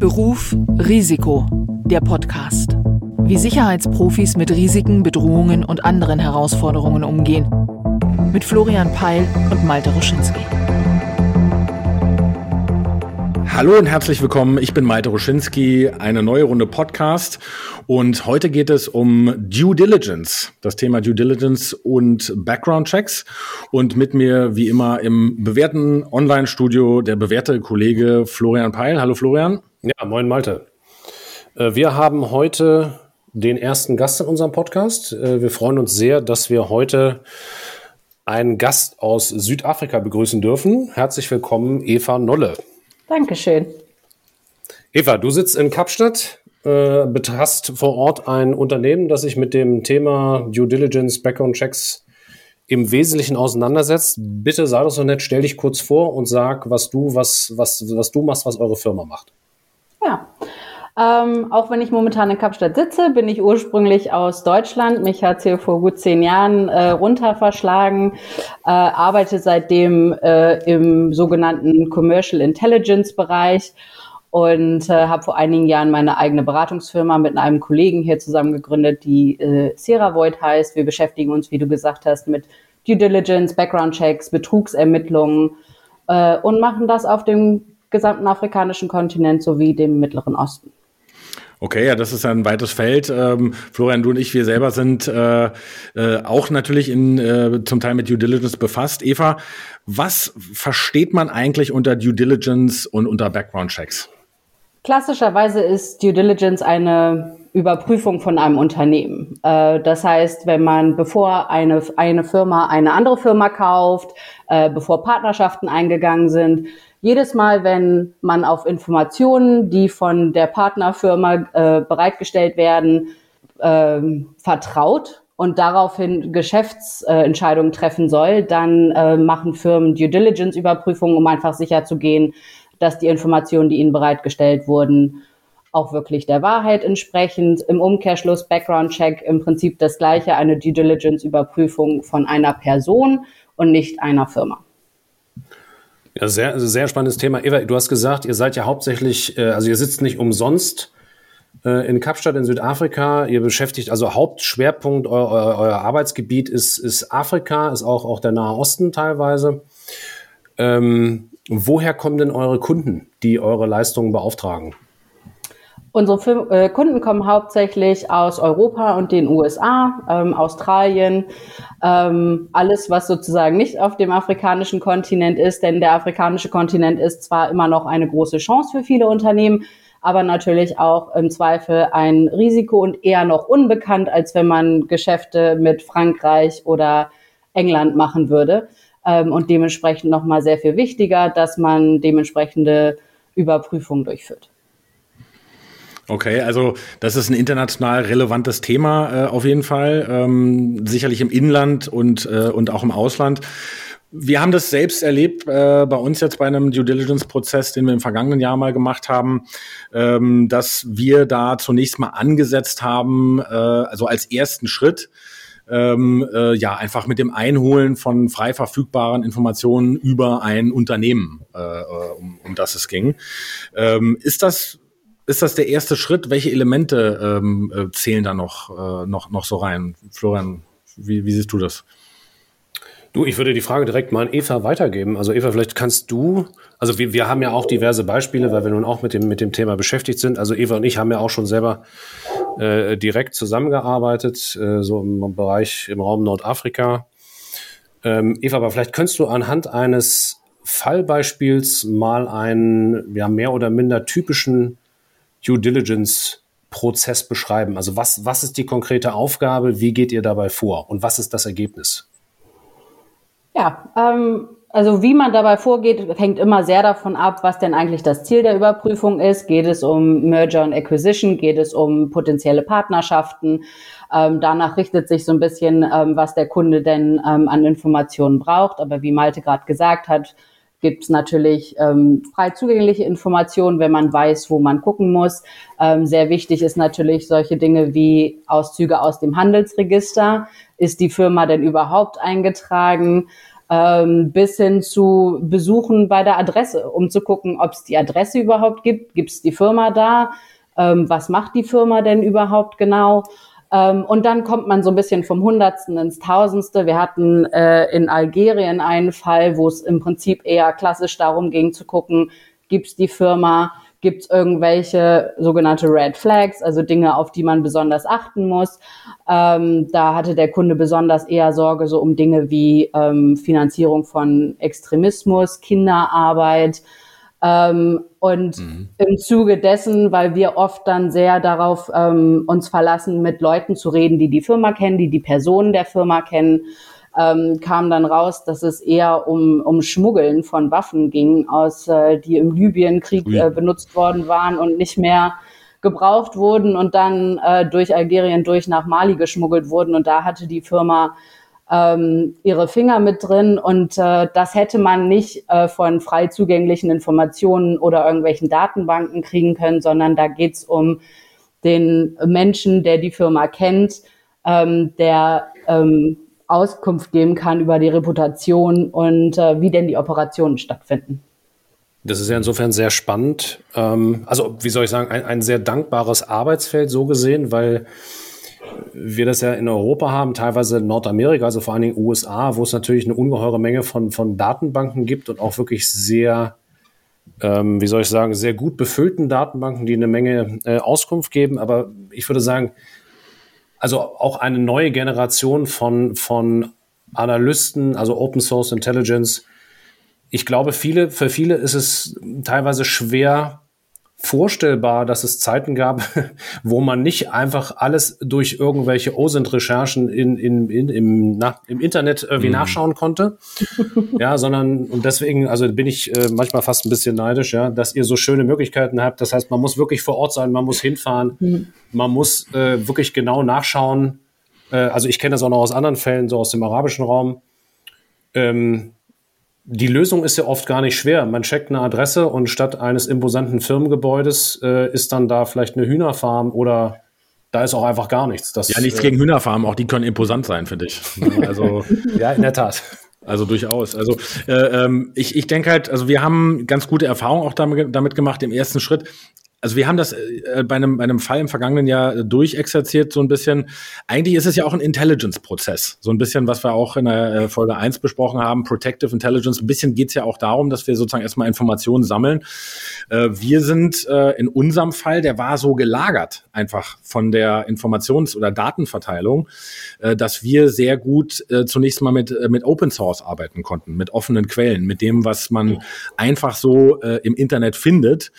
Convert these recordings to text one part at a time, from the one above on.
Beruf Risiko, der Podcast. Wie Sicherheitsprofis mit Risiken, Bedrohungen und anderen Herausforderungen umgehen. Mit Florian Peil und Malte Ruschinski. Hallo und herzlich willkommen, ich bin Malte Ruschinski, eine neue Runde Podcast und heute geht es um Due Diligence, das Thema Due Diligence und Background Checks und mit mir wie immer im bewährten Online-Studio der bewährte Kollege Florian Peil. Hallo Florian. Ja, moin Malte. Wir haben heute den ersten Gast in unserem Podcast. Wir freuen uns sehr, dass wir heute einen Gast aus Südafrika begrüßen dürfen. Herzlich willkommen, Eva Nolle. Dankeschön. Eva, du sitzt in Kapstadt, hast vor Ort ein Unternehmen, das sich mit dem Thema Due Diligence, Background Checks im Wesentlichen auseinandersetzt. Bitte sei doch so nett, stell dich kurz vor und sag, was du machst, was eure Firma macht. Ja, auch wenn ich momentan in Kapstadt sitze, bin ich ursprünglich aus Deutschland. Mich hat es hier vor gut 10 Jahren runter verschlagen, arbeite seitdem im sogenannten Commercial Intelligence Bereich und habe vor einigen Jahren meine eigene Beratungsfirma mit einem Kollegen hier zusammen gegründet, die Seravoid heißt. Wir beschäftigen uns, wie du gesagt hast, mit Due Diligence, Background Checks, Betrugsermittlungen und machen das auf dem gesamten afrikanischen Kontinent sowie dem Mittleren Osten. Okay, ja, das ist ein weites Feld. Florian, du und ich, wir selber sind auch natürlich zum Teil mit Due Diligence befasst. Eva, was versteht man eigentlich unter Due Diligence und unter Background Checks? Klassischerweise ist Due Diligence eine Überprüfung von einem Unternehmen. Das heißt, wenn man, bevor eine Firma eine andere Firma kauft, bevor Partnerschaften eingegangen sind, jedes Mal, wenn man auf Informationen, die von der Partnerfirma bereitgestellt werden, vertraut und daraufhin Geschäftsentscheidungen treffen soll, dann machen Firmen Due Diligence-Überprüfungen, um einfach sicherzugehen, dass die Informationen, die ihnen bereitgestellt wurden, auch wirklich der Wahrheit entsprechend. Im Umkehrschluss Background-Check im Prinzip das Gleiche, eine Due Diligence-Überprüfung von einer Person und nicht einer Firma. Ja, sehr, sehr spannendes Thema. Eva, du hast gesagt, ihr seid ja hauptsächlich, also ihr sitzt nicht umsonst in Kapstadt in Südafrika. Ihr beschäftigt, also Hauptschwerpunkt, euer Arbeitsgebiet ist Afrika, ist auch der Nahe Osten teilweise. Woher kommen denn eure Kunden, die eure Leistungen beauftragen? Unsere Kunden kommen hauptsächlich aus Europa und den USA, Australien, alles, was sozusagen nicht auf dem afrikanischen Kontinent ist, denn der afrikanische Kontinent ist zwar immer noch eine große Chance für viele Unternehmen, aber natürlich auch im Zweifel ein Risiko und eher noch unbekannt, als wenn man Geschäfte mit Frankreich oder England machen würde. Und dementsprechend nochmal sehr viel wichtiger, dass man dementsprechende Überprüfungen durchführt. Okay, also das ist ein international relevantes Thema auf jeden Fall, sicherlich im Inland und auch im Ausland. Wir haben das selbst erlebt bei uns jetzt bei einem Due Diligence-Prozess, den wir im vergangenen Jahr mal gemacht haben, dass wir da zunächst mal angesetzt haben, also als ersten Schritt, einfach mit dem Einholen von frei verfügbaren Informationen über ein Unternehmen, um das es ging. Ist das der erste Schritt? Welche Elemente zählen da noch so rein? Florian, wie siehst du das? Du, ich würde die Frage direkt mal an Eva weitergeben. Also Eva, vielleicht kannst du, also wir haben ja auch diverse Beispiele, weil wir nun auch mit dem Thema beschäftigt sind. Also Eva und ich haben ja auch schon selber direkt zusammengearbeitet, so im Bereich im Raum Nordafrika. Eva, aber vielleicht könntest du anhand eines Fallbeispiels mal einen mehr oder minder typischen Due Diligence-Prozess beschreiben. Also was ist die konkrete Aufgabe, wie geht ihr dabei vor und was ist das Ergebnis? Ja, also wie man dabei vorgeht, hängt immer sehr davon ab, was denn eigentlich das Ziel der Überprüfung ist. Geht es um Merger und Acquisition? Geht es um potenzielle Partnerschaften? Danach richtet sich so ein bisschen, was der Kunde denn an Informationen braucht. Aber wie Malte gerade gesagt hat, gibt es natürlich frei zugängliche Informationen, wenn man weiß, wo man gucken muss. Sehr wichtig ist natürlich solche Dinge wie Auszüge aus dem Handelsregister. Ist die Firma denn überhaupt eingetragen? bis hin zu Besuchen bei der Adresse, um zu gucken, ob es die Adresse überhaupt gibt. Gibt es die Firma da? Was macht die Firma denn überhaupt genau? Und dann kommt man so ein bisschen vom Hundertsten ins Tausendste. Wir hatten in Algerien einen Fall, wo es im Prinzip eher klassisch darum ging zu gucken, gibt es die Firma, gibt es irgendwelche sogenannte Red Flags, also Dinge, auf die man besonders achten muss. Da hatte der Kunde besonders eher Sorge so um Dinge wie Finanzierung von Extremismus, Kinderarbeit. Und im Zuge dessen, weil wir oft dann sehr darauf uns verlassen, mit Leuten zu reden, die die Firma kennen, die die Personen der Firma kennen, kam dann raus, dass es eher um Schmuggeln von Waffen ging, die im Libyenkrieg benutzt worden waren und nicht mehr gebraucht wurden und dann durch Algerien nach Mali geschmuggelt wurden. Und da hatte die Firma ihre Finger mit drin und das hätte man nicht von frei zugänglichen Informationen oder irgendwelchen Datenbanken kriegen können, sondern da geht's um den Menschen, der die Firma kennt, der Auskunft geben kann über die Reputation und wie denn die Operationen stattfinden. Das ist ja insofern sehr spannend. Also, wie soll ich sagen, ein sehr dankbares Arbeitsfeld so gesehen, weil wir das ja in Europa haben, teilweise in Nordamerika, also vor allen Dingen USA, wo es natürlich eine ungeheure Menge von Datenbanken gibt und auch wirklich sehr, wie soll ich sagen, sehr gut befüllten Datenbanken, die eine Menge Auskunft geben. Aber ich würde sagen, also auch eine neue Generation von Analysten, also Open Source Intelligence. Ich glaube, für viele ist es teilweise schwer vorstellbar, dass es Zeiten gab, wo man nicht einfach alles durch irgendwelche OSINT-Recherchen im Internet irgendwie nachschauen konnte. Ja, sondern, und deswegen, also bin ich manchmal fast ein bisschen neidisch, ja, dass ihr so schöne Möglichkeiten habt. Das heißt, man muss wirklich vor Ort sein, man muss hinfahren, man muss wirklich genau nachschauen. Also ich kenne das auch noch aus anderen Fällen, so aus dem arabischen Raum. Die Lösung ist ja oft gar nicht schwer. Man checkt eine Adresse und statt eines imposanten Firmengebäudes ist dann da vielleicht eine Hühnerfarm oder da ist auch einfach gar nichts. Ja, nichts gegen Hühnerfarmen, auch die können imposant sein, finde ich. Also, ja, in der Tat. Also durchaus. Also ich denke halt, also wir haben ganz gute Erfahrungen auch damit gemacht im ersten Schritt. Also wir haben das bei einem Fall im vergangenen Jahr durchexerziert, so ein bisschen. Eigentlich ist es ja auch ein Intelligence-Prozess. So ein bisschen, was wir auch in der Folge 1 besprochen haben, Protective Intelligence. Ein bisschen geht's ja auch darum, dass wir sozusagen erstmal Informationen sammeln. Wir sind in unserem Fall, der war so gelagert einfach von der Informations- oder Datenverteilung, dass wir sehr gut zunächst mal mit Open Source arbeiten konnten, mit offenen Quellen, mit dem, was man einfach so im Internet findet.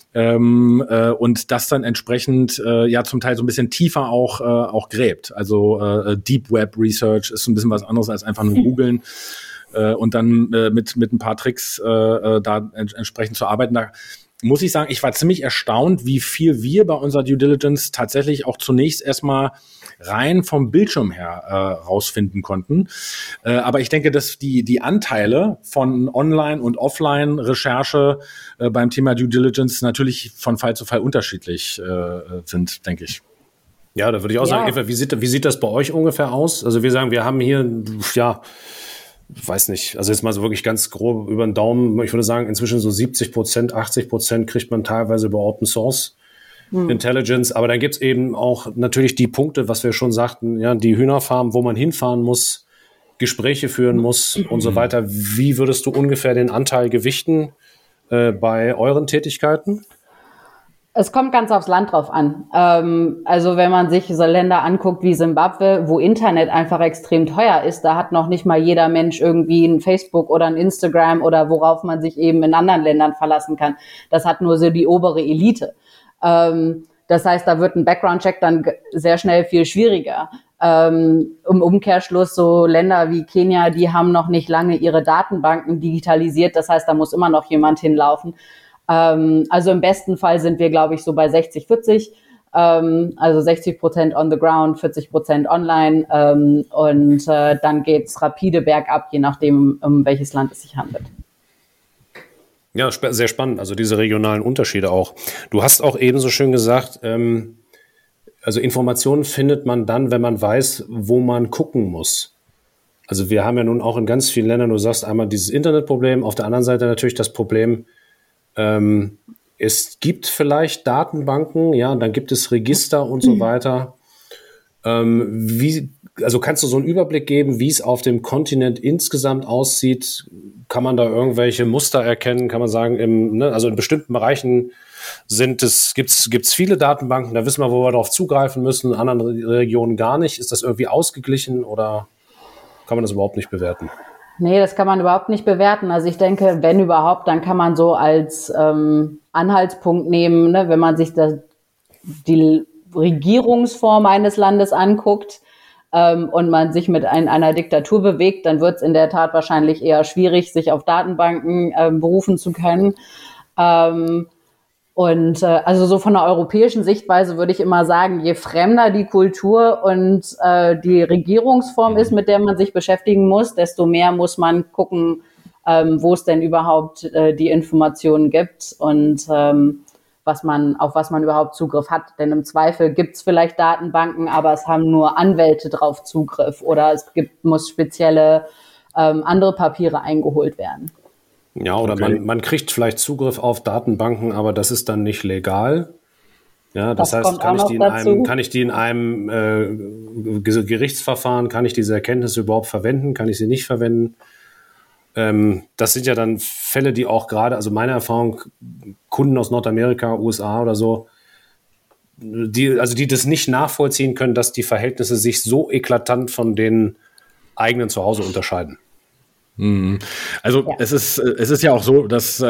Und das dann entsprechend ja zum Teil so ein bisschen tiefer auch gräbt. Also Deep Web Research ist so ein bisschen was anderes als einfach nur googeln und dann mit ein paar Tricks da entsprechend zu arbeiten. Da muss ich sagen, ich war ziemlich erstaunt, wie viel wir bei unserer Due Diligence tatsächlich auch zunächst erstmal rein vom Bildschirm her rausfinden konnten. Aber ich denke, dass die Anteile von Online- und Offline-Recherche beim Thema Due Diligence natürlich von Fall zu Fall unterschiedlich sind, denke ich. Ja, da würde ich auch sagen, Eva, wie sieht das bei euch ungefähr aus? Also wir sagen, wir haben hier, ja, weiß nicht, also jetzt mal so wirklich ganz grob über den Daumen, ich würde sagen, inzwischen so 70%, 80% kriegt man teilweise über Open Source Intelligence, aber dann gibt's eben auch natürlich die Punkte, was wir schon sagten, ja, die Hühnerfarm, wo man hinfahren muss, Gespräche führen muss und so weiter. Wie würdest du ungefähr den Anteil gewichten bei euren Tätigkeiten? Es kommt ganz aufs Land drauf an. Also wenn man sich so Länder anguckt wie Simbabwe, wo Internet einfach extrem teuer ist, da hat noch nicht mal jeder Mensch irgendwie ein Facebook oder ein Instagram oder worauf man sich eben in anderen Ländern verlassen kann. Das hat nur so die obere Elite. Das heißt, da wird ein Background-Check dann sehr schnell viel schwieriger. Im Umkehrschluss so Länder wie Kenia, die haben noch nicht lange ihre Datenbanken digitalisiert. Das heißt, da muss immer noch jemand hinlaufen. Also im besten Fall sind wir, glaube ich, so bei 60-40, also 60% on the ground, 40% online und dann geht's rapide bergab, je nachdem, um welches Land es sich handelt. Ja, sehr spannend, also diese regionalen Unterschiede auch. Du hast auch eben so schön gesagt, also Informationen findet man dann, wenn man weiß, wo man gucken muss. Also wir haben ja nun auch in ganz vielen Ländern, du sagst einmal dieses Internetproblem, auf der anderen Seite natürlich das Problem, es gibt vielleicht Datenbanken, ja, dann gibt es Register und so weiter. Also kannst du so einen Überblick geben, wie es auf dem Kontinent insgesamt aussieht? Kann man da irgendwelche Muster erkennen? Kann man sagen, also in bestimmten Bereichen gibt's viele Datenbanken, da wissen wir, wo wir darauf zugreifen müssen, in anderen Regionen gar nicht. Ist das irgendwie ausgeglichen oder kann man das überhaupt nicht bewerten? Nee, das kann man überhaupt nicht bewerten. Also ich denke, wenn überhaupt, dann kann man so als Anhaltspunkt nehmen, ne, wenn man sich die Regierungsform eines Landes anguckt und man sich mit einer Diktatur bewegt, dann wird es in der Tat wahrscheinlich eher schwierig, sich auf Datenbanken berufen zu können. Also so von der europäischen Sichtweise würde ich immer sagen, je fremder die Kultur und die Regierungsform ist, mit der man sich beschäftigen muss, desto mehr muss man gucken, wo es denn überhaupt die Informationen gibt und auf was man überhaupt Zugriff hat. Denn im Zweifel gibt es vielleicht Datenbanken, aber es haben nur Anwälte drauf Zugriff oder muss spezielle andere Papiere eingeholt werden. Ja, oder Okay. man kriegt vielleicht Zugriff auf Datenbanken, aber das ist dann nicht legal. Ja, das heißt, kann ich die in einem Gerichtsverfahren, kann ich diese Erkenntnisse überhaupt verwenden, kann ich sie nicht verwenden? Das sind ja dann Fälle, die auch gerade, also meine Erfahrung, Kunden aus Nordamerika, USA oder so, die das nicht nachvollziehen können, dass die Verhältnisse sich so eklatant von den eigenen zu Hause unterscheiden. Also ja. Es ist ja auch so, dass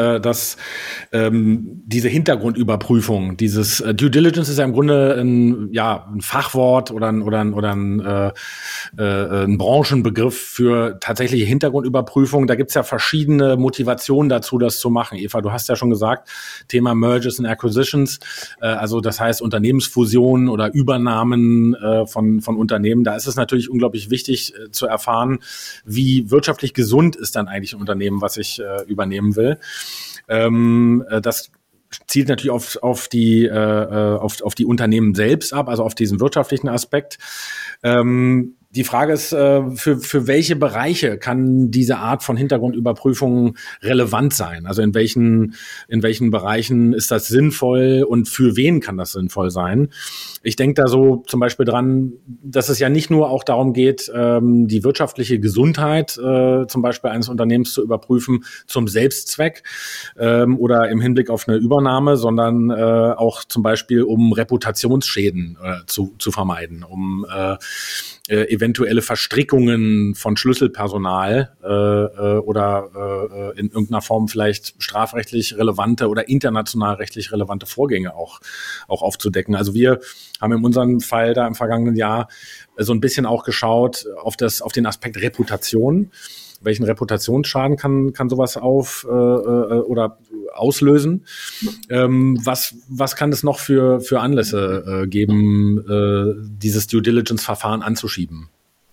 diese Hintergrundüberprüfung, dieses Due Diligence ist ja im Grunde ein Fachwort oder ein Branchenbegriff für tatsächliche Hintergrundüberprüfung. Da gibt's ja verschiedene Motivationen dazu, das zu machen. Eva, du hast ja schon gesagt, Thema Mergers and Acquisitions, also das heißt Unternehmensfusionen oder Übernahmen von Unternehmen. Da ist es natürlich unglaublich wichtig zu erfahren, wie wirtschaftlich gesund ist dann eigentlich ein Unternehmen, was ich übernehmen will. Das zielt natürlich auf die Unternehmen selbst ab, also auf diesen wirtschaftlichen Aspekt. Die Frage ist, für welche Bereiche kann diese Art von Hintergrundüberprüfung relevant sein? Also in welchen Bereichen ist das sinnvoll und für wen kann das sinnvoll sein? Ich denke da so zum Beispiel dran, dass es ja nicht nur auch darum geht, die wirtschaftliche Gesundheit zum Beispiel eines Unternehmens zu überprüfen zum Selbstzweck oder im Hinblick auf eine Übernahme, sondern auch zum Beispiel um Reputationsschäden zu vermeiden, um eventuelle Verstrickungen von Schlüsselpersonal oder in irgendeiner Form vielleicht strafrechtlich relevante oder international rechtlich relevante Vorgänge auch aufzudecken. Also wir haben in unserem Fall da im vergangenen Jahr so ein bisschen auch geschaut auf den Aspekt Reputation. Welchen Reputationsschaden kann sowas oder auslösen? Was kann es noch für Anlässe geben, dieses Due Diligence-Verfahren anzuschieben?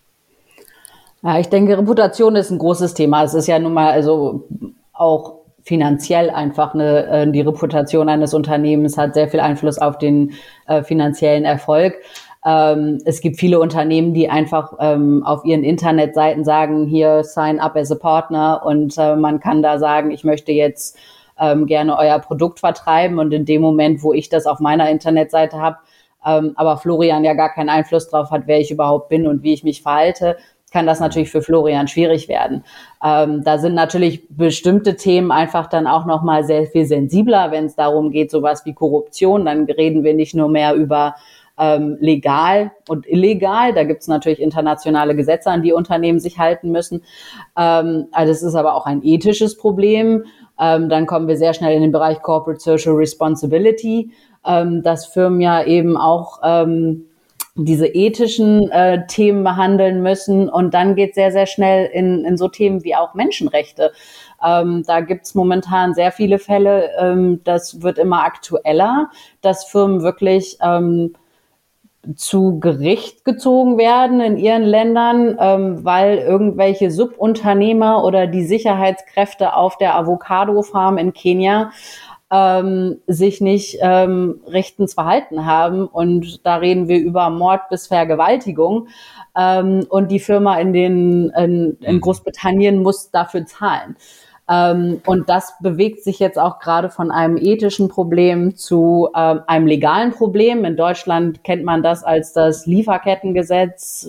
Ja, ich denke, Reputation ist ein großes Thema. Es ist ja nun mal also auch finanziell einfach die Reputation eines Unternehmens hat sehr viel Einfluss auf den finanziellen Erfolg. Es gibt viele Unternehmen, die einfach auf ihren Internetseiten sagen, hier sign up as a partner und man kann da sagen, ich möchte jetzt gerne euer Produkt vertreiben und in dem Moment, wo ich das auf meiner Internetseite habe, aber Florian ja gar keinen Einfluss drauf hat, wer ich überhaupt bin und wie ich mich verhalte, kann das natürlich für Florian schwierig werden. Da sind natürlich bestimmte Themen einfach dann auch nochmal sehr viel sensibler, wenn es darum geht, sowas wie Korruption, dann reden wir nicht nur mehr über legal und illegal. Da gibt es natürlich internationale Gesetze, an die Unternehmen sich halten müssen. Also es ist aber auch ein ethisches Problem. Dann kommen wir sehr schnell in den Bereich Corporate Social Responsibility, dass Firmen ja eben auch diese ethischen Themen behandeln müssen. Und dann geht es sehr, sehr schnell in so Themen wie auch Menschenrechte. Da gibt's momentan sehr viele Fälle. Das wird immer aktueller, dass Firmen wirklich zu Gericht gezogen werden in ihren Ländern, weil irgendwelche Subunternehmer oder die Sicherheitskräfte auf der Avocado-Farm in Kenia sich nicht rechtens verhalten haben. Und da reden wir über Mord bis Vergewaltigung. Und die Firma in Großbritannien muss dafür zahlen. Und das bewegt sich jetzt auch gerade von einem ethischen Problem zu einem legalen Problem. In Deutschland kennt man das als das Lieferkettengesetz,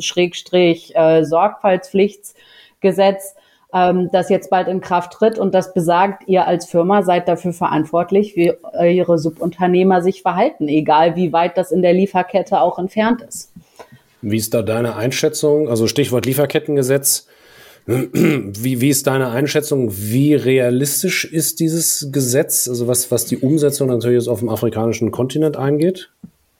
Sorgfaltspflichtsgesetz, das jetzt bald in Kraft tritt, und das besagt, ihr als Firma seid dafür verantwortlich, wie eure Subunternehmer sich verhalten, egal wie weit das in der Lieferkette auch entfernt ist. Wie ist da deine Einschätzung? Also Stichwort Lieferkettengesetz. Wie ist deine Einschätzung? Wie realistisch ist dieses Gesetz? Also was die Umsetzung natürlich jetzt auf dem afrikanischen Kontinent eingeht?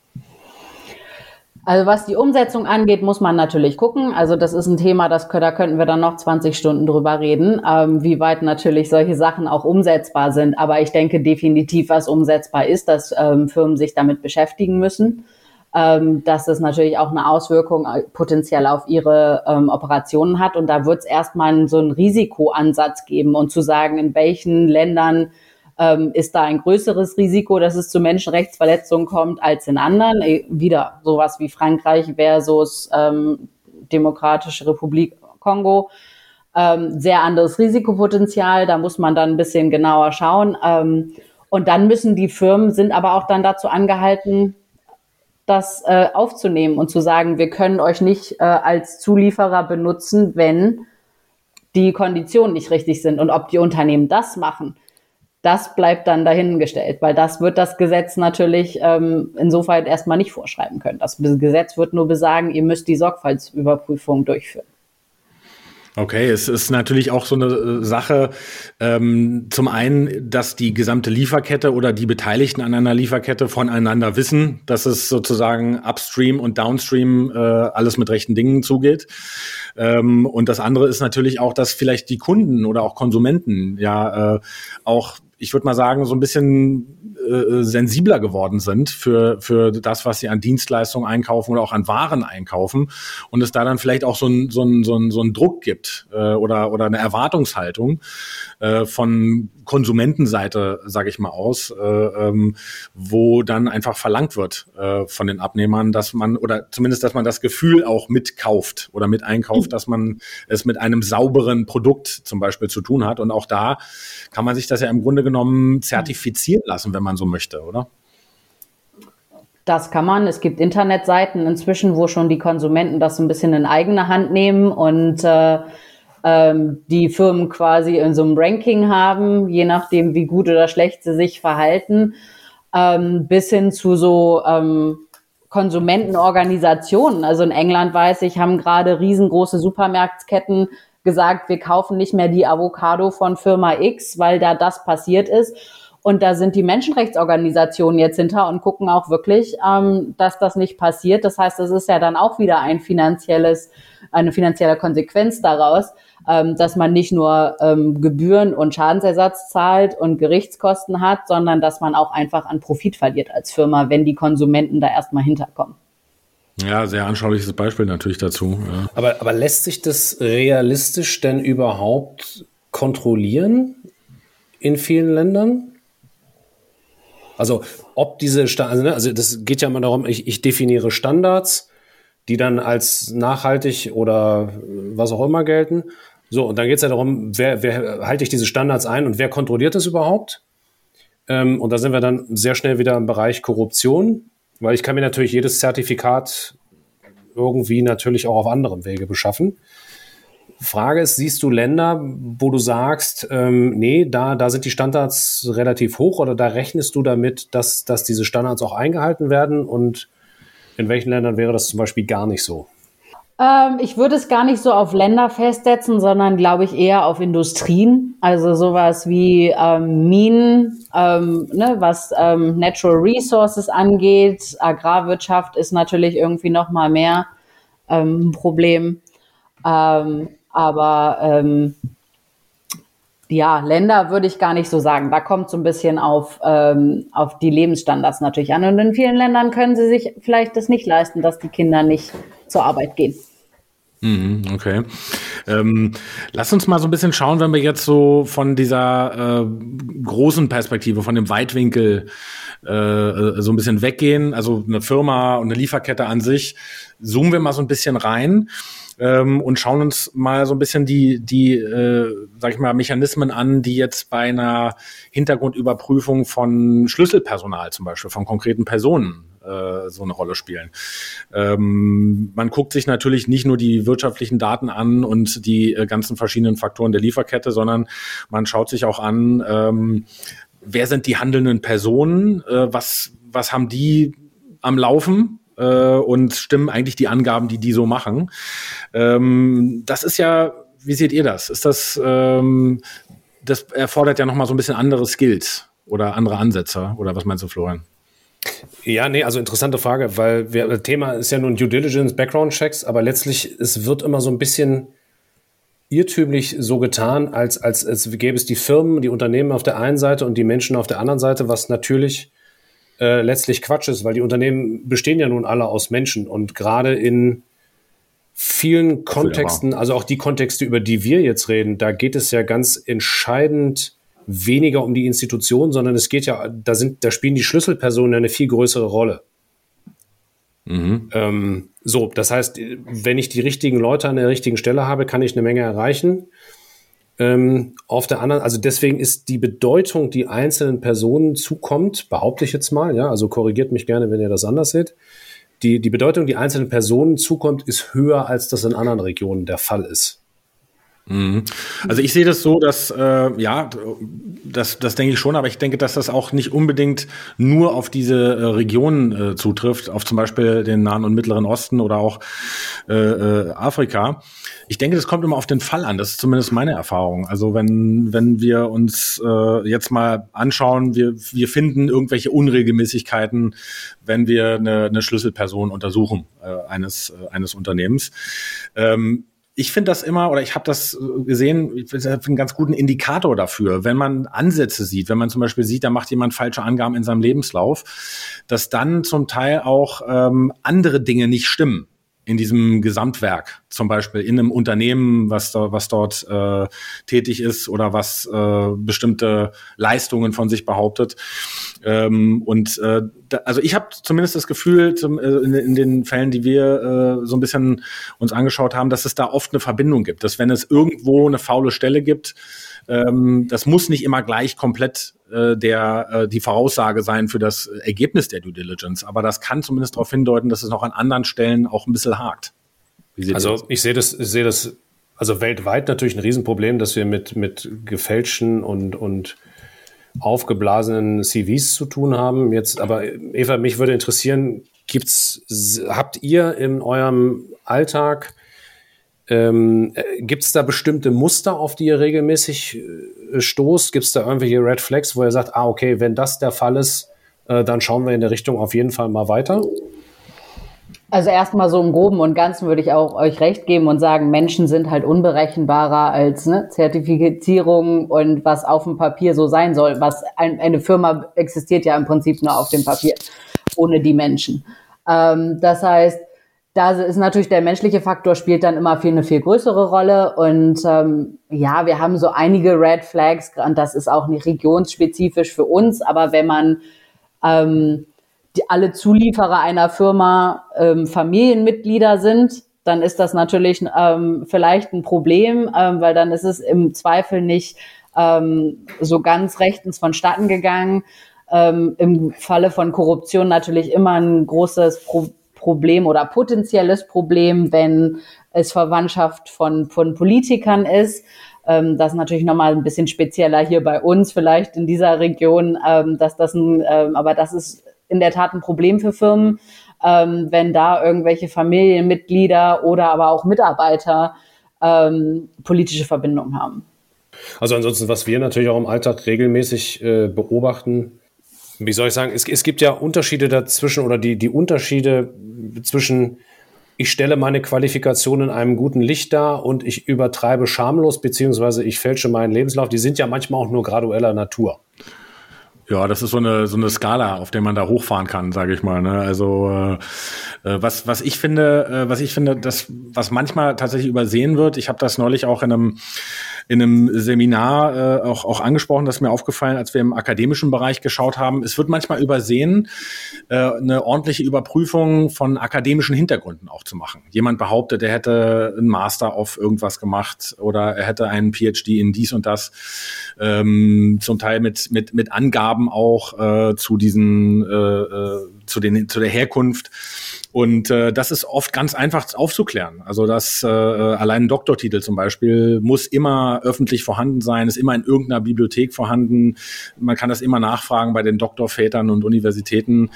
Also was die Umsetzung angeht, muss man natürlich gucken. Also das ist ein Thema, da könnten wir dann noch 20 Stunden drüber reden, wie weit natürlich solche Sachen auch umsetzbar sind. Aber ich denke definitiv, was umsetzbar ist, dass Firmen sich damit beschäftigen müssen. Dass es natürlich auch eine Auswirkung potenziell auf ihre Operationen hat. Und da wird es erstmal so einen Risikoansatz geben und zu sagen, in welchen Ländern ist da ein größeres Risiko, dass es zu Menschenrechtsverletzungen kommt als in anderen. Wieder sowas wie Frankreich versus Demokratische Republik Kongo. Sehr anderes Risikopotenzial, da muss man dann ein bisschen genauer schauen. Und dann sind aber auch dann dazu angehalten, das aufzunehmen und zu sagen, wir können euch nicht als Zulieferer benutzen, wenn die Konditionen nicht richtig sind. Und ob die Unternehmen das machen, das bleibt dann dahingestellt, weil das wird das Gesetz natürlich insofern erstmal nicht vorschreiben können. Das Gesetz wird nur besagen, ihr müsst die Sorgfaltsüberprüfung durchführen. Okay, es ist natürlich auch so eine Sache, zum einen, dass die gesamte Lieferkette oder die Beteiligten an einer Lieferkette voneinander wissen, dass es sozusagen upstream und downstream alles mit rechten Dingen zugeht. Und das andere ist natürlich auch, dass vielleicht die Kunden oder auch Konsumenten auch, ich würde mal sagen, so ein bisschen sensibler geworden sind für das, was sie an Dienstleistungen einkaufen oder auch an Waren einkaufen, und es da dann vielleicht auch so einen Druck gibt oder eine Erwartungshaltung von Konsumentenseite, sage ich mal wo dann einfach verlangt wird von den Abnehmern, dass man dass man das Gefühl auch mitkauft oder mit einkauft, dass man es mit einem sauberen Produkt zum Beispiel zu tun hat. Und auch da kann man sich das ja im Grunde genommen zertifizieren lassen, wenn man so möchte, oder? Das kann man. Es gibt Internetseiten inzwischen, wo schon die Konsumenten das so ein bisschen in eigene Hand nehmen und die Firmen quasi in so einem Ranking haben, je nachdem, wie gut oder schlecht sie sich verhalten, bis hin zu so Konsumentenorganisationen. Also in England, weiß ich, haben gerade riesengroße Supermarktketten gesagt, wir kaufen nicht mehr die Avocado von Firma X, weil da das passiert ist. Und da sind die Menschenrechtsorganisationen jetzt hinter und gucken auch wirklich, dass das nicht passiert. Das heißt, das ist ja dann auch wieder eine finanzielle Konsequenz daraus, dass man nicht nur Gebühren und Schadensersatz zahlt und Gerichtskosten hat, sondern dass man auch einfach an Profit verliert als Firma, wenn die Konsumenten da erstmal hinterkommen. Ja, sehr anschauliches Beispiel natürlich dazu. Ja. Aber lässt sich das realistisch denn überhaupt kontrollieren in vielen Ländern? Also ob diese also das geht ja immer darum, ich definiere Standards, die dann als nachhaltig oder was auch immer gelten. So, und dann geht es ja darum, wer halte ich diese Standards ein und wer kontrolliert das überhaupt? Und da sind wir dann sehr schnell wieder im Bereich Korruption, weil ich kann mir natürlich jedes Zertifikat irgendwie natürlich auch auf anderem Wege beschaffen. Frage ist, siehst du Länder, wo du sagst, nee, da sind die Standards relativ hoch, oder da rechnest du damit, dass diese Standards auch eingehalten werden, und in welchen Ländern wäre das zum Beispiel gar nicht so? Ich würde es gar nicht so auf Länder festsetzen, sondern glaube ich eher auf Industrien, also sowas wie Minen, was Natural Resources angeht. Agrarwirtschaft ist natürlich irgendwie noch mal mehr ein Problem. Länder würde ich gar nicht so sagen. Da kommt so ein bisschen auf die Lebensstandards natürlich an. Und in vielen Ländern können sie sich vielleicht das nicht leisten, dass die Kinder nicht zur Arbeit gehen. Okay. Lass uns mal so ein bisschen schauen, wenn wir jetzt so von dieser großen Perspektive, von dem Weitwinkel so ein bisschen weggehen, also eine Firma und eine Lieferkette an sich, zoomen wir mal so ein bisschen rein und schauen uns mal so ein bisschen die sag ich mal, Mechanismen an, die jetzt bei einer Hintergrundüberprüfung von Schlüsselpersonal zum Beispiel, von konkreten Personen so eine Rolle spielen. Man guckt sich natürlich nicht nur die wirtschaftlichen Daten an und die ganzen verschiedenen Faktoren der Lieferkette, sondern man schaut sich auch an, wer sind die handelnden Personen, was haben die am Laufen und stimmen eigentlich die Angaben, die so machen. Das ist ja, wie seht ihr das? Ist das erfordert ja nochmal so ein bisschen andere Skills oder andere Ansätze, oder was meinst du, Florian? Ja, nee, also interessante Frage, weil das Thema ist ja nun Due Diligence, Background-Checks, aber letztlich, es wird immer so ein bisschen irrtümlich so getan, als gäbe es die Firmen, die Unternehmen auf der einen Seite und die Menschen auf der anderen Seite, was natürlich letztlich Quatsch ist, weil die Unternehmen bestehen ja nun alle aus Menschen und gerade in vielen Kontexten, also auch die Kontexte, über die wir jetzt reden, da geht es ja ganz entscheidend weniger um die Institution, sondern es geht ja, da spielen die Schlüsselpersonen eine viel größere Rolle. So, das heißt, wenn ich die richtigen Leute an der richtigen Stelle habe, kann ich eine Menge erreichen. Auf der anderen, also deswegen ist die Bedeutung, die einzelnen Personen zukommt, behaupte ich jetzt mal, ja, also korrigiert mich gerne, wenn ihr das anders seht. Die Bedeutung, die einzelnen Personen zukommt, ist höher, als das in anderen Regionen der Fall ist. Also ich sehe das so, dass das denke ich schon, aber ich denke, dass das auch nicht unbedingt nur auf diese Regionen zutrifft, auf zum Beispiel den Nahen und Mittleren Osten oder auch Afrika. Ich denke, das kommt immer auf den Fall an. Das ist zumindest meine Erfahrung. Also wenn wir uns jetzt mal anschauen, wir finden irgendwelche Unregelmäßigkeiten, wenn wir eine Schlüsselperson untersuchen eines Unternehmens. Ich finde das immer, oder ich habe das gesehen, ich finde einen ganz guten Indikator dafür, wenn man Ansätze sieht, wenn man zum Beispiel sieht, da macht jemand falsche Angaben in seinem Lebenslauf, dass dann zum Teil auch andere Dinge nicht stimmen in diesem Gesamtwerk, zum Beispiel in einem Unternehmen, was dort tätig ist oder was bestimmte Leistungen von sich behauptet. Also ich habe zumindest das Gefühl, in den Fällen, die wir so ein bisschen uns angeschaut haben, dass es da oft eine Verbindung gibt, dass wenn es irgendwo eine faule Stelle gibt, das muss nicht immer gleich komplett die Voraussage sein für das Ergebnis der Due Diligence, aber das kann zumindest darauf hindeuten, dass es noch an anderen Stellen auch ein bisschen hakt. Also ich sehe das also weltweit natürlich ein Riesenproblem, dass wir mit gefälschten und aufgeblasenen CVs zu tun haben. Jetzt, aber Eva, mich würde interessieren, habt ihr in eurem Alltag gibt es da bestimmte Muster, auf die ihr regelmäßig stoßt? Gibt es da irgendwelche Red Flags, wo ihr sagt, okay, wenn das der Fall ist, dann schauen wir in der Richtung auf jeden Fall mal weiter? Also erstmal so im Groben und Ganzen würde ich auch euch recht geben und sagen, Menschen sind halt unberechenbarer als Zertifizierung und was auf dem Papier so sein soll. Eine Firma existiert ja im Prinzip nur auf dem Papier, ohne die Menschen. Das heißt, da ist natürlich der menschliche Faktor spielt dann immer eine viel größere Rolle und wir haben so einige Red Flags und das ist auch nicht regionsspezifisch für uns, aber wenn man alle Zulieferer einer Firma Familienmitglieder sind, dann ist das natürlich vielleicht ein Problem, weil dann ist es im Zweifel nicht so ganz rechtens vonstatten gegangen. Im Falle von Korruption natürlich immer ein großes Problem oder potenzielles Problem, wenn es Verwandtschaft von Politikern ist. Das ist natürlich nochmal ein bisschen spezieller hier bei uns, vielleicht in dieser Region, aber das ist in der Tat ein Problem für Firmen, wenn da irgendwelche Familienmitglieder oder aber auch Mitarbeiter politische Verbindungen haben. Also ansonsten, was wir natürlich auch im Alltag regelmäßig beobachten, wie soll ich sagen, es gibt ja Unterschiede dazwischen oder die Unterschiede zwischen ich stelle meine Qualifikation in einem guten Licht dar und ich übertreibe schamlos, beziehungsweise ich fälsche meinen Lebenslauf, die sind ja manchmal auch nur gradueller Natur. Ja, das ist so eine Skala, auf der man da hochfahren kann, sage ich mal. Ne? Also was ich finde, was manchmal tatsächlich übersehen wird, ich habe das neulich auch in einem Seminar auch angesprochen, das ist mir aufgefallen, als wir im akademischen Bereich geschaut haben. Es wird manchmal übersehen, eine ordentliche Überprüfung von akademischen Hintergründen auch zu machen. Jemand behauptet, er hätte einen Master auf irgendwas gemacht oder er hätte einen PhD in dies und das, zum Teil mit Angaben auch zu der Herkunft. Und das ist oft ganz einfach aufzuklären. Also dass allein ein Doktortitel zum Beispiel muss immer öffentlich vorhanden sein, ist immer in irgendeiner Bibliothek vorhanden. Man kann das immer nachfragen bei den Doktorvätern und Universitäten.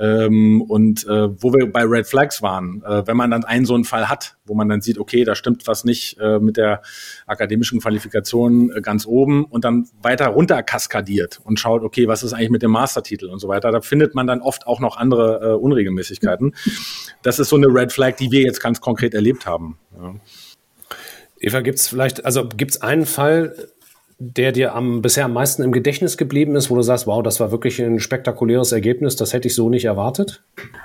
Wo wir bei Red Flags waren, wenn man dann so einen Fall hat, wo man dann sieht, okay, da stimmt was nicht mit der akademischen Qualifikation ganz oben und dann weiter runter kaskadiert und schaut, okay, was ist eigentlich mit dem Mastertitel und so weiter. Da findet man dann oft auch noch andere Unregelmäßigkeiten. Das ist so eine Red Flag, die wir jetzt ganz konkret erlebt haben. Ja. Eva, gibt's einen Fall, der dir bisher am meisten im Gedächtnis geblieben ist, wo du sagst, wow, das war wirklich ein spektakuläres Ergebnis, das hätte ich so nicht erwartet?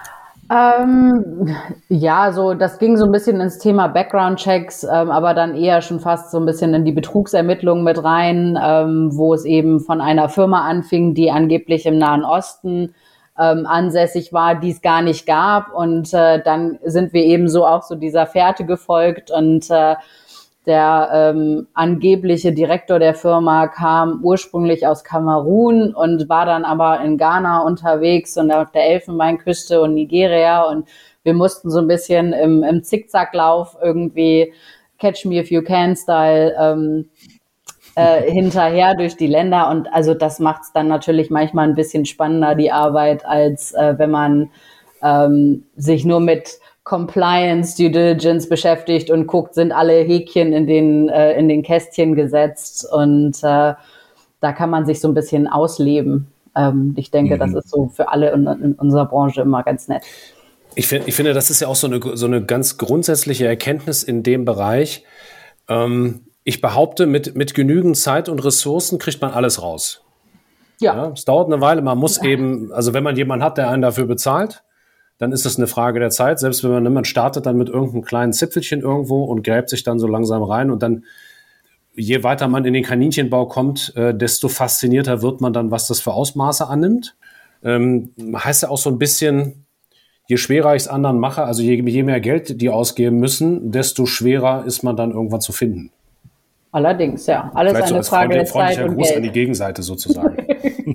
Ja, das ging so ein bisschen ins Thema Background-Checks, aber dann eher schon fast so ein bisschen in die Betrugsermittlungen mit rein, wo es eben von einer Firma anfing, die angeblich im Nahen Osten ansässig war, die es gar nicht gab. Und dann sind wir eben auch so dieser Fährte gefolgt und der angebliche Direktor der Firma kam ursprünglich aus Kamerun und war dann aber in Ghana unterwegs und auf der Elfenbeinküste und Nigeria. Und wir mussten so ein bisschen im Zickzacklauf irgendwie Catch Me If You Can Style hinterher durch die Länder. Und also das macht es dann natürlich manchmal ein bisschen spannender, die Arbeit, als wenn man sich nur mit Compliance, Due Diligence beschäftigt und guckt, sind alle Häkchen in den Kästchen gesetzt, und da kann man sich so ein bisschen ausleben. Ich denke, das ist so für alle in unserer Branche immer ganz nett. Ich finde, das ist ja auch so eine ganz grundsätzliche Erkenntnis in dem Bereich. Ich behaupte, mit genügend Zeit und Ressourcen kriegt man alles raus. Ja, es dauert eine Weile. Man muss eben, also wenn man jemanden hat, der einen dafür bezahlt, dann ist es eine Frage der Zeit. Selbst wenn man startet dann mit irgendeinem kleinen Zipfelchen irgendwo und gräbt sich dann so langsam rein, und dann, je weiter man in den Kaninchenbau kommt, desto faszinierter wird man dann, was das für Ausmaße annimmt. Heißt ja auch so ein bisschen, je schwerer ich es anderen mache, also je mehr Geld die ausgeben müssen, desto schwerer ist man dann irgendwann zu finden. Allerdings, ja. Alles vielleicht eine Frage der Zeit und Gruß Geld. An die Gegenseite sozusagen.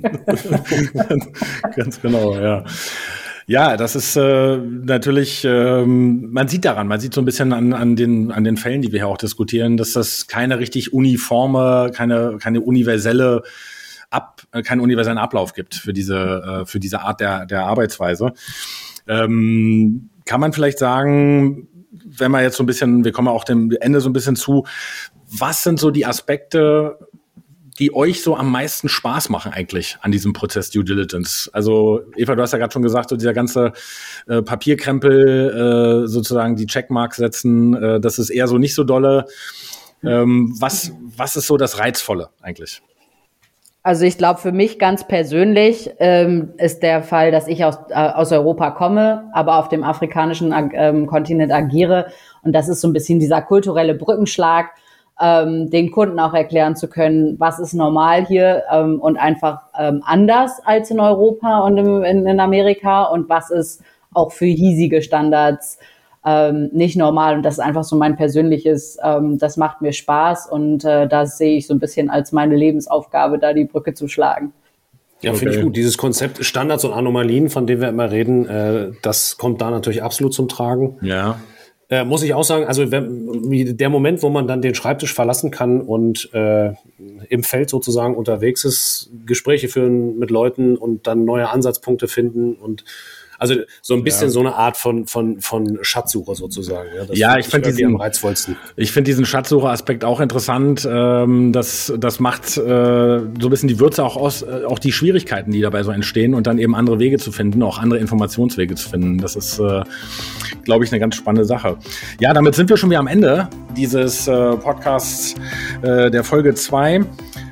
Ganz genau, ja. Ja, das ist natürlich, man sieht so ein bisschen an den Fällen, die wir hier auch diskutieren, dass das keine richtig uniforme, keinen universellen Ablauf gibt für diese Art der Arbeitsweise. Kann man vielleicht sagen, wenn wir jetzt so ein bisschen, wir kommen ja auch dem Ende so ein bisschen zu, was sind so die Aspekte, die euch so am meisten Spaß machen eigentlich an diesem Prozess Due Diligence? Also Eva, du hast ja gerade schon gesagt, so dieser ganze Papierkrempel, sozusagen die Checkmarks setzen, das ist eher so nicht so dolle. Was ist so das Reizvolle eigentlich? Also ich glaube, für mich ganz persönlich ist der Fall, dass ich aus Europa komme, aber auf dem afrikanischen Kontinent agiere. Und das ist so ein bisschen dieser kulturelle Brückenschlag, den Kunden auch erklären zu können, was ist normal hier und einfach anders als in Europa und in Amerika, und was ist auch für hiesige Standards nicht normal. Und das ist einfach so mein persönliches, das macht mir Spaß, und das sehe ich so ein bisschen als meine Lebensaufgabe, da die Brücke zu schlagen. Ja, finde ich gut. Dieses Konzept Standards und Anomalien, von dem wir immer reden, das kommt da natürlich absolut zum Tragen. Ja. Muss ich auch sagen, also der Moment, wo man dann den Schreibtisch verlassen kann und im Feld sozusagen unterwegs ist, Gespräche führen mit Leuten und dann neue Ansatzpunkte finden, und also so ein bisschen so eine Art von Schatzsuche sozusagen. Ja, ich finde diesen am reizvollsten. Ich finde diesen Schatzsuche-Aspekt auch interessant. Das macht so ein bisschen die Würze auch aus, auch die Schwierigkeiten, die dabei so entstehen, und dann eben andere Wege zu finden, auch andere Informationswege zu finden. Das ist, glaube ich, eine ganz spannende Sache. Ja, damit sind wir schon wieder am Ende dieses Podcasts der Folge 2.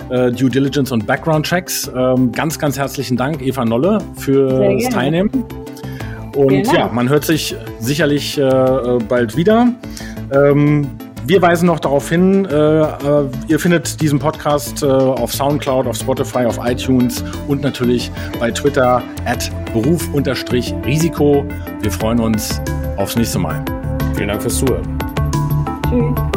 Due Diligence und Background Checks. Ganz, ganz herzlichen Dank, Eva Nolle, fürs Teilnehmen. Und ja, man hört sich sicherlich bald wieder. Wir weisen noch darauf hin, ihr findet diesen Podcast auf Soundcloud, auf Spotify, auf iTunes und natürlich bei Twitter @beruf_risiko. Wir freuen uns aufs nächste Mal. Vielen Dank fürs Zuhören. Tschüss.